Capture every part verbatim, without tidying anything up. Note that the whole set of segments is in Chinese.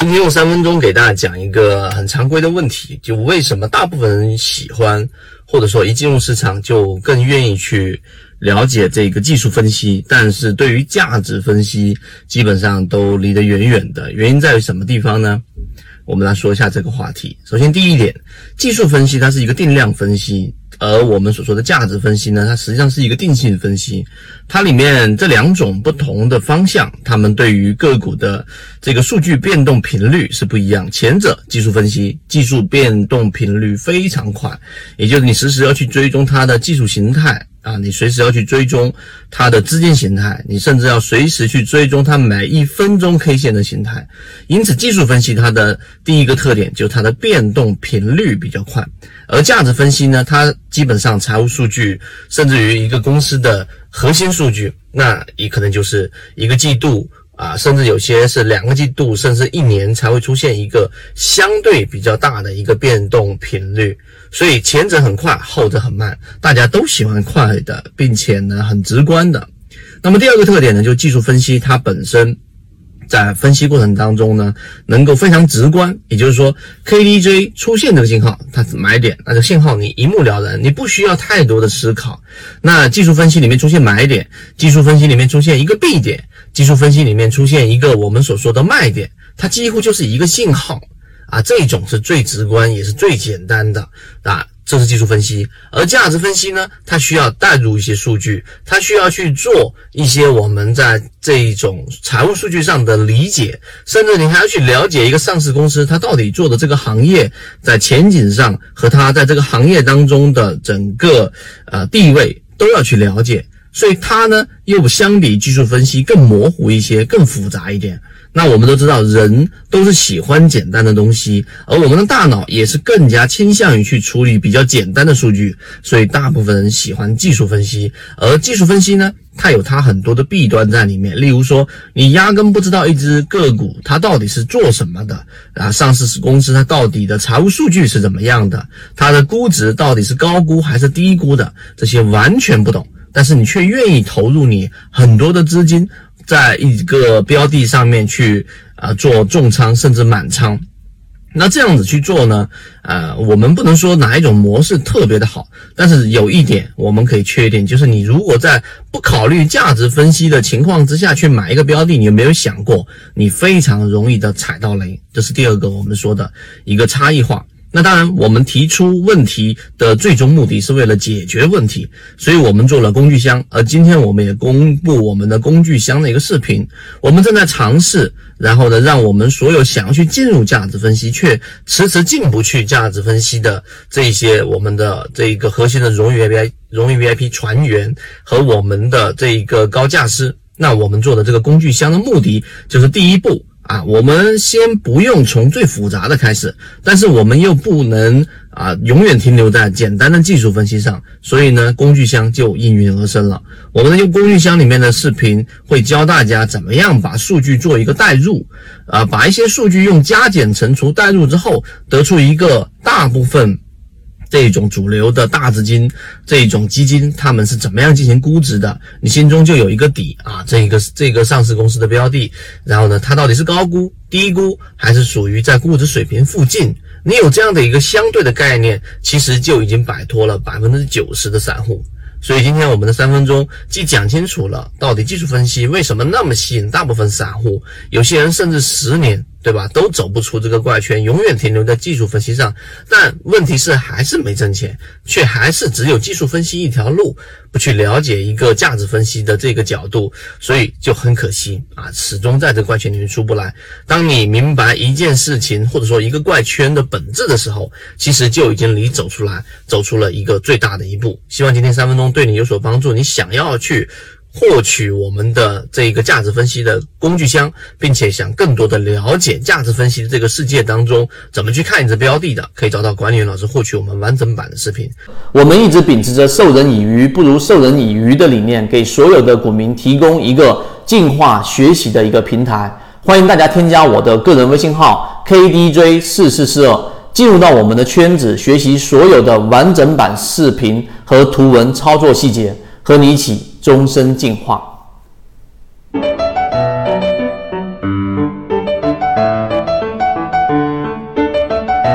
今天用三分钟给大家讲一个很常规的问题，就为什么大部分人喜欢，或者说一进入市场就更愿意去了解这个技术分析，但是对于价值分析基本上都离得远远的。原因在于什么地方呢？我们来说一下这个话题。首先第一点，技术分析它是一个定量分析，而我们所说的价值分析呢，它实际上是一个定性分析。它里面这两种不同的方向，它们对于个股的这个数据变动频率是不一样。前者技术分析，技术变动频率非常快，也就是你时时要去追踪它的技术形态啊，你随时要去追踪它的资金形态，你甚至要随时去追踪它每一分钟 K 线的形态。因此技术分析它的第一个特点就是它的变动频率比较快，而价值分析呢，它基本上财务数据甚至于一个公司的核心数据，那也可能就是一个季度啊，甚至有些是两个季度甚至一年才会出现一个相对比较大的一个变动频率。所以前者很快，后者很慢，大家都喜欢快的，并且呢很直观的。那么第二个特点呢，就是技术分析它本身在分析过程当中呢，能够非常直观，也就是说 K D J 出现这个信号，它是买点，那这个信号你一目了然，你不需要太多的思考。那技术分析里面出现买点，技术分析里面出现一个 B 点，技术分析里面出现一个我们所说的卖点，它几乎就是一个信号啊，这种是最直观也是最简单的啊，这是技术分析。而价值分析呢，它需要带入一些数据，它需要去做一些我们在这一种财务数据上的理解，甚至你还要去了解一个上市公司它到底做的这个行业在前景上和它在这个行业当中的整个呃地位都要去了解。所以它呢又相比技术分析更模糊一些，更复杂一点。那我们都知道人都是喜欢简单的东西，而我们的大脑也是更加倾向于去处理比较简单的数据，所以大部分人喜欢技术分析。而技术分析呢，它有它很多的弊端在里面，例如说你压根不知道一只个股它到底是做什么的啊，上市公司它到底的财务数据是怎么样的，它的估值到底是高估还是低估的，这些完全不懂，但是你却愿意投入你很多的资金在一个标的上面去啊、呃、做重仓甚至满仓。那这样子去做呢，呃，我们不能说哪一种模式特别的好，但是有一点我们可以确定，就是你如果在不考虑价值分析的情况之下去买一个标的，你有没有想过你非常容易的踩到雷？这是第二个我们说的一个差异化。那当然我们提出问题的最终目的是为了解决问题，所以我们做了工具箱，而今天我们也公布我们的工具箱的一个视频。我们正在尝试，然后呢让我们所有想要去进入价值分析却迟迟进不去价值分析的这一些我们的这一个核心的荣誉 V I P 荣誉 V I P 船员和我们的这一个高价师，那我们做的这个工具箱的目的就是第一步啊，我们先不用从最复杂的开始，但是我们又不能啊永远停留在简单的技术分析上，所以呢工具箱就应运而生了。我们的用工具箱里面的视频会教大家怎么样把数据做一个代入啊，把一些数据用加减乘除代入之后，得出一个大部分这种主流的大资金这种基金他们是怎么样进行估值的，你心中就有一个底啊，这个这个上市公司的标的，然后呢它到底是高估低估还是属于在估值水平附近，你有这样的一个相对的概念，其实就已经摆脱了 百分之九十 的散户。所以今天我们的三分钟既讲清楚了到底技术分析为什么那么吸引大部分散户，有些人甚至十年对吧都走不出这个怪圈，永远停留在技术分析上，但问题是还是没挣钱，却还是只有技术分析一条路，不去了解一个价值分析的这个角度，所以就很可惜啊，始终在这个怪圈里面出不来。当你明白一件事情或者说一个怪圈的本质的时候，其实就已经离走出来走出了一个最大的一步。希望今天三分钟对你有所帮助，你想要去获取我们的这个价值分析的工具箱，并且想更多的了解价值分析的这个世界当中怎么去看一只标的的，可以找到管理员老师获取我们完整版的视频。 我们一直秉持着授人以鱼不如授人以渔的理念，给所有的股民提供一个进化学习的一个平台。欢迎大家添加我的个人微信号 K D J 四四四二，进入到我们的圈子，学习所有的完整版视频和图文操作细节，和你一起终身进化。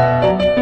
拜。